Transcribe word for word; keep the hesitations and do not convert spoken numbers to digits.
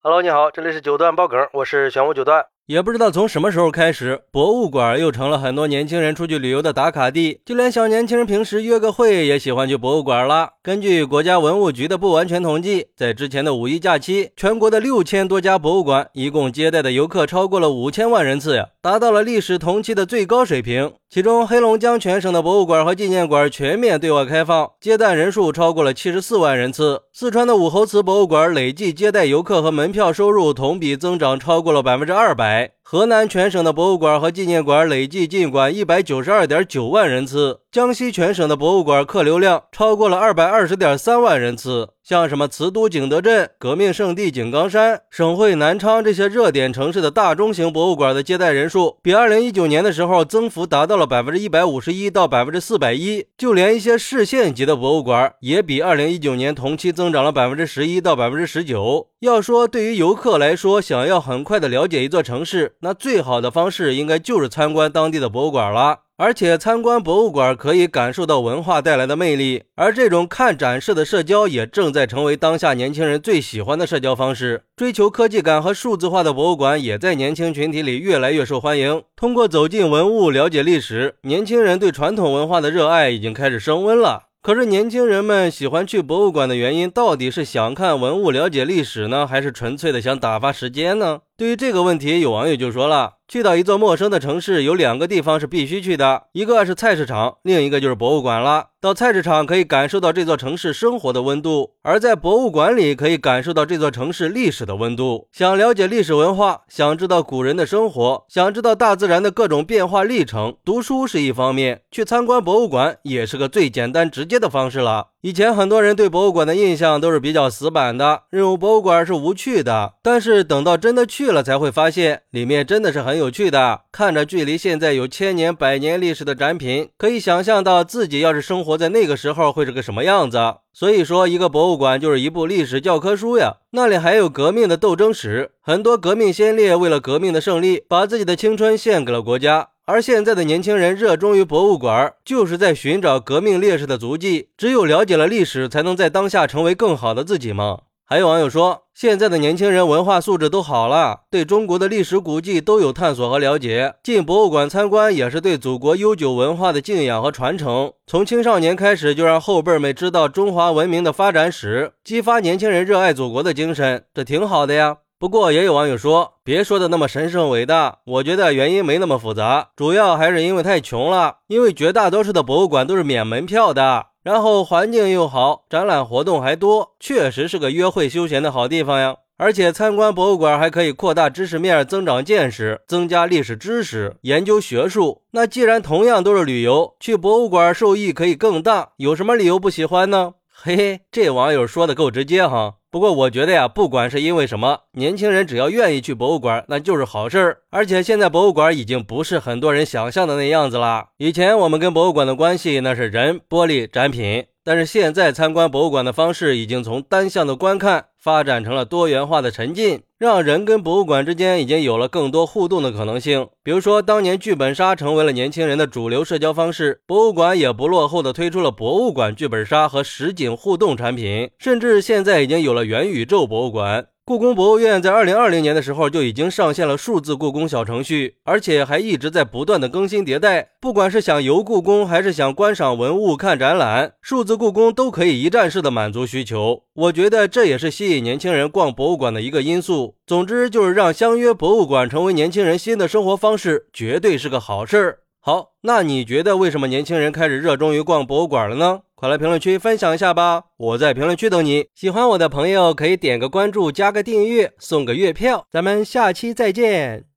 Hello， 你好，这里是九段爆梗，我是玄武九段。也不知道从什么时候开始，博物馆又成了很多年轻人出去旅游的打卡地，就连小年轻人平时约个会也喜欢去博物馆了。根据国家文物局的不完全统计，在之前的五一假期，全国的六千多家博物馆一共接待的游客超过了五千万人次呀，达到了历史同期的最高水平。其中黑龙江全省的博物馆和纪念馆全面对外开放，接待人数超过了七十四万人次。四川的武侯祠博物馆累计接待游客和门票收入同比增长超过了百分之二百。河南全省的博物馆和纪念馆累计进馆 一百九十二点九万人次，江西全省的博物馆客流量超过了 二百二十点三万人次。像什么瓷都景德镇、革命圣地井冈山、省会南昌这些热点城市的大中型博物馆的接待人数，比二零一九年的时候增幅达到了 百分之一百五十一 到 百分之四百一， 就连一些市县级的博物馆也比二零一九年同期增长了 百分之十一 到 百分之十九。 要说对于游客来说，想要很快的了解一座城市，那最好的方式应该就是参观当地的博物馆了。而且参观博物馆可以感受到文化带来的魅力，而这种看展示的社交也正在成为当下年轻人最喜欢的社交方式。追求科技感和数字化的博物馆也在年轻群体里越来越受欢迎。通过走进文物了解历史，年轻人对传统文化的热爱已经开始升温了。可是年轻人们喜欢去博物馆的原因到底是想看文物了解历史呢，还是纯粹的想打发时间呢？对于这个问题，有网友就说了，去到一座陌生的城市，有两个地方是必须去的，一个是菜市场，另一个就是博物馆了。到菜市场可以感受到这座城市生活的温度，而在博物馆里可以感受到这座城市历史的温度。想了解历史文化，想知道古人的生活，想知道大自然的各种变化历程，读书是一方面，去参观博物馆也是个最简单直接的方式了。以前很多人对博物馆的印象都是比较死板的，认为博物馆是无趣的，但是等到真的去了才会发现，里面真的是很有趣的。看着距离现在有千年百年历史的展品，可以想象到自己要是生活在那个时候会是个什么样子。所以说一个博物馆就是一部历史教科书呀，那里还有革命的斗争史，很多革命先烈为了革命的胜利，把自己的青春献给了国家。而现在的年轻人热衷于博物馆，就是在寻找革命烈士的足迹，只有了解了历史，才能在当下成为更好的自己吗？还有网友说，现在的年轻人文化素质都好了，对中国的历史古迹都有探索和了解，进博物馆参观也是对祖国悠久文化的敬仰和传承。从青少年开始就让后辈们知道中华文明的发展史，激发年轻人热爱祖国的精神，这挺好的呀。不过也有网友说，别说的那么神圣伟大，我觉得原因没那么复杂，主要还是因为太穷了，因为绝大多数的博物馆都是免门票的，然后环境又好，展览活动还多，确实是个约会休闲的好地方呀。而且参观博物馆还可以扩大知识面，增长见识，增加历史知识，研究学术。那既然同样都是旅游，去博物馆受益可以更大，有什么理由不喜欢呢？嘿嘿，这网友说的够直接哈。不过我觉得呀，不管是因为什么，年轻人只要愿意去博物馆，那就是好事儿。而且现在博物馆已经不是很多人想象的那样子了。以前我们跟博物馆的关系那是人、玻璃、展品，但是现在参观博物馆的方式已经从单向的观看发展成了多元化的沉浸，让人跟博物馆之间已经有了更多互动的可能性。比如说当年剧本杀成为了年轻人的主流社交方式，博物馆也不落后的推出了博物馆剧本杀和实景互动产品，甚至现在已经有了元宇宙博物馆。故宫博物院在二零二零年的时候就已经上线了数字故宫小程序，而且还一直在不断的更新迭代。不管是想游故宫还是想观赏文物看展览，数字故宫都可以一站式的满足需求。我觉得这也是吸引年轻人逛博物馆的一个因素。总之就是让相约博物馆成为年轻人新的生活方式，绝对是个好事儿。好，那你觉得为什么年轻人开始热衷于逛博物馆了呢？快来评论区分享一下吧，我在评论区等你。喜欢我的朋友可以点个关注，加个订阅，送个月票，咱们下期再见。